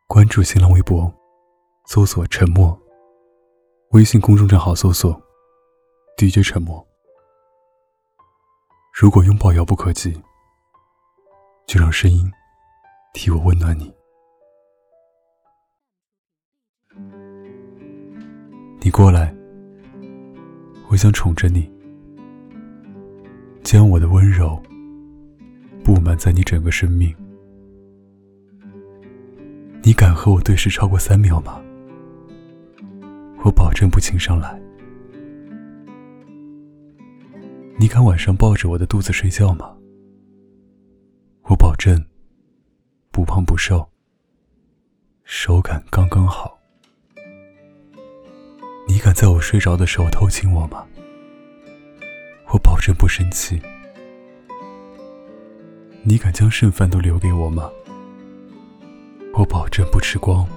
关注新浪微博，搜索沉默，微信公众账号搜索 DJ 沉默。如果拥抱遥不可及，就让声音替我温暖你。你过来，我想宠着你，将我的温柔布满在你整个生命。你敢和我对视超过3秒吗？我保证不亲上来。你敢晚上抱着我的肚子睡觉吗？我保证不胖不瘦，手感刚刚好。你敢在我睡着的时候偷亲我吗？我保证不生气。你敢将剩饭都留给我吗？我保证不吃光。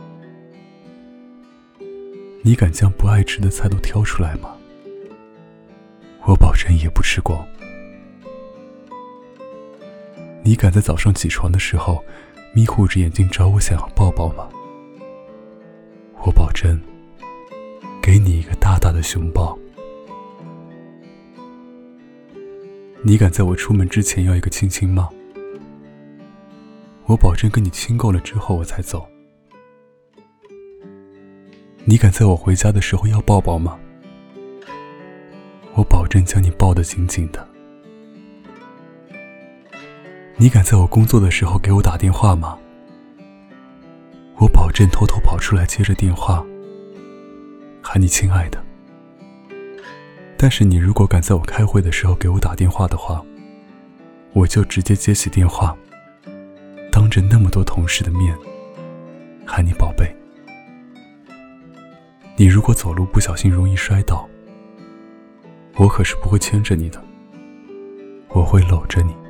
你敢将不爱吃的菜都挑出来吗？我保证也不吃光。你敢在早上起床的时候眯糊着眼睛找我想要抱抱吗？我保证给你一个大大的熊抱。你敢在我出门之前要一个亲亲吗？我保证跟你亲够了之后我才走。你敢在我回家的时候要抱抱吗？我保证将你抱得紧紧的。你敢在我工作的时候给我打电话吗？我保证偷偷跑出来接着电话喊你亲爱的。但是你如果敢在我开会的时候给我打电话的话，我就直接接起电话，当着那么多同事的面喊你宝贝。你如果走路不小心容易摔倒，我可是不会牵着你的，我会搂着你。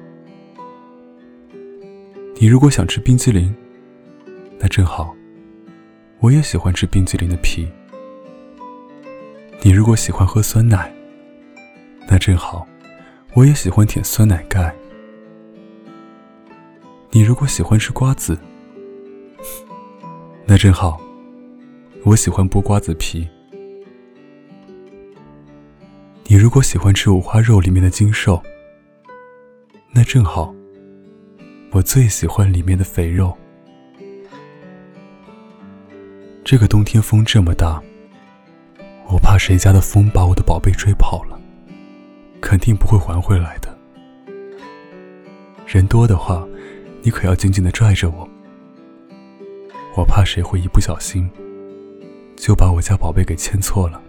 你如果想吃冰激凌，那正好，我也喜欢吃冰激凌的皮。你如果喜欢喝酸奶，那正好，我也喜欢舔酸奶盖。你如果喜欢吃瓜子，那正好，我喜欢剥瓜子皮。你如果喜欢吃五花肉里面的精瘦，那正好，我最喜欢里面的肥肉。这个冬天风这么大，我怕谁家的风把我的宝贝吹跑了，肯定不会还回来的。人多的话，你可要紧紧地拽着我，我怕谁会一不小心就把我家宝贝给牵错了。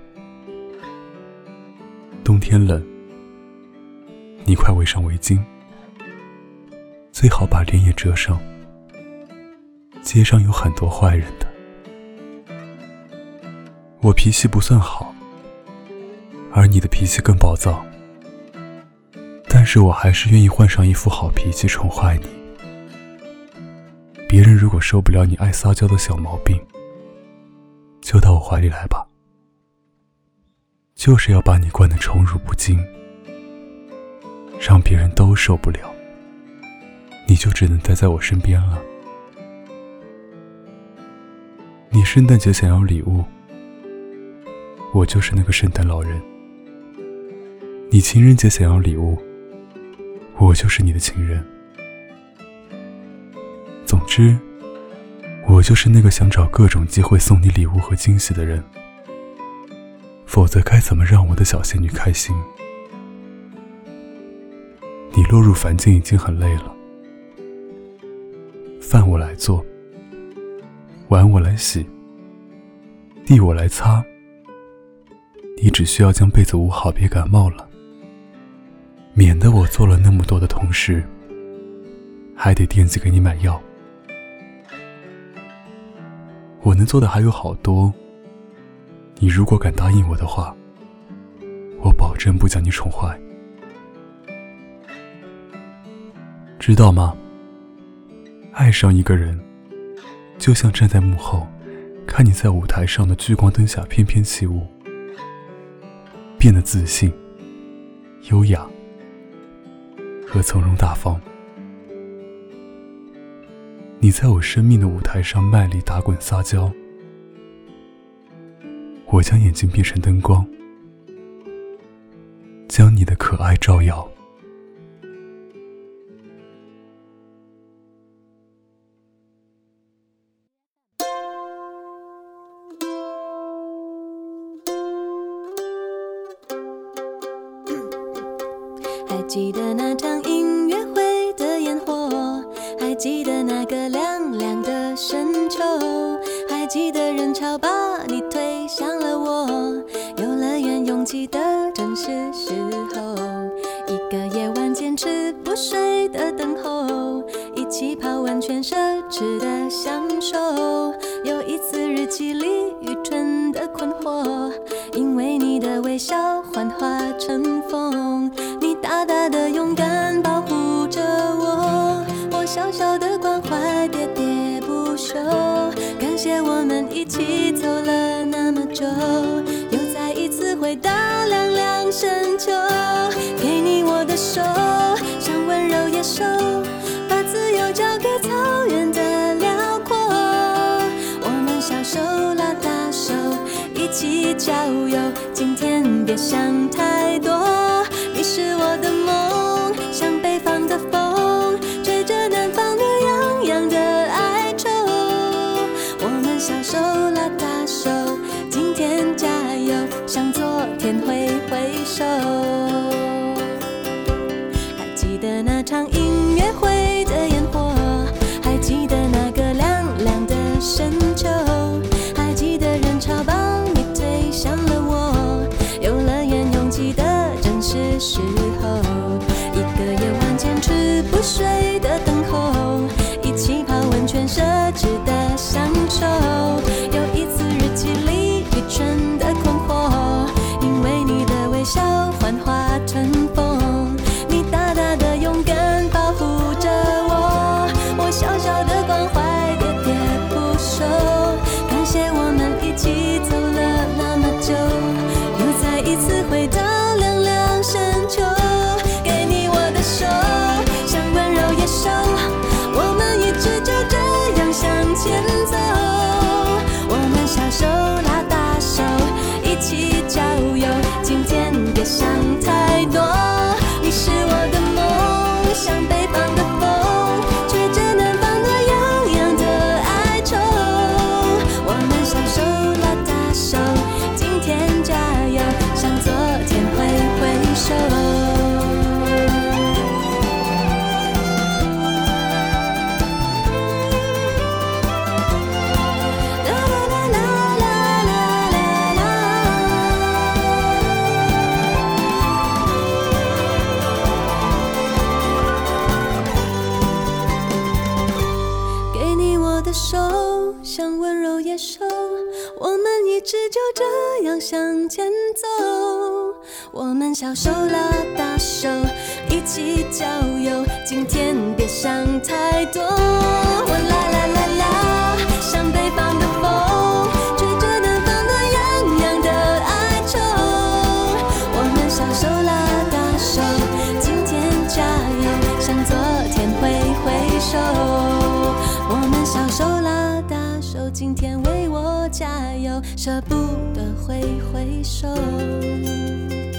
冬天冷，你快围上围巾，最好把脸也遮上，街上有很多坏人的。我脾气不算好，而你的脾气更暴躁，但是我还是愿意换上一副好脾气宠坏你。别人如果受不了你爱撒娇的小毛病，就到我怀里来吧，就是要把你惯得宠辱不惊，让别人都受不了，你就只能待在我身边了。你圣诞节想要礼物，我就是那个圣诞老人。你情人节想要礼物，我就是你的情人。总之，我就是那个想找各种机会送你礼物和惊喜的人，否则该怎么让我的小仙女开心？你落入凡间已经很累了，饭我来做，碗我来洗，地我来擦，你只需要将被子捂好，别感冒了，免得我做了那么多的同事，还得惦记给你买药。我能做的还有好多，你如果敢答应我的话，我保证不将你宠坏。知道吗？爱上一个人，就像站在幕后，看你在舞台上的聚光灯下翩翩起舞，变得自信、优雅和从容大方。 你在我生命的舞台上卖力打滚撒娇，我将眼睛变成灯光，将你的可爱照耀。 还记得那场音乐会的烟火，还记得那个凉凉的深秋，还记得人潮把你推向了我，游乐园拥挤的正是时候，一个夜晚坚持不睡的等候，一起泡温泉奢侈的享受，有一次日记里愚蠢的困惑，因为你的微笑幻化成风，你大大的勇敢保护着我，我小小的关怀喋喋不休，感谢我们一起走了那么久，又再一次回到凉凉深秋，给你我的手，像温柔野兽，把自由交给草原的辽阔，我们小手拉大手一起郊游，今天别想太多，你是我的梦，像北方的风，吹着南方的洋洋的哀愁，我们小手拉大手，今天加油，向昨天挥挥手。还记得那场音乐会的烟火，还记得那个凉凉的深秋，还记得人潮把你推向了我，游乐园拥挤的正是时候，一个夜晚坚持不睡的等候，一起泡温泉奢侈的享受，有一次日记里愚蠢的困惑，因为你的微笑幻化成风，你大大的勇敢保护着我，我小小的关怀喋喋不休，感谢我们一起走了那么久，又再一次回到凉凉深秋，给你我的手，像温柔野兽，我们一直就这样向前走，我们小手拉大手一起郊游，今天别想太多，你是我的梦，像北方的风，吹着南方的洋洋的哀愁，我们小手拉大手，今天加油，向昨天挥挥手。给你我的手，像温柔野兽，我们一直就这样向前走，我们小手拉大手一起郊游，今天别想太多，我啦啦啦啦，像北方的风，吹着南方的洋洋的哀愁，我们小手拉大手，今天加油，向昨天挥挥手，我们小手拉大手，今天为我加油，舍不得挥挥手。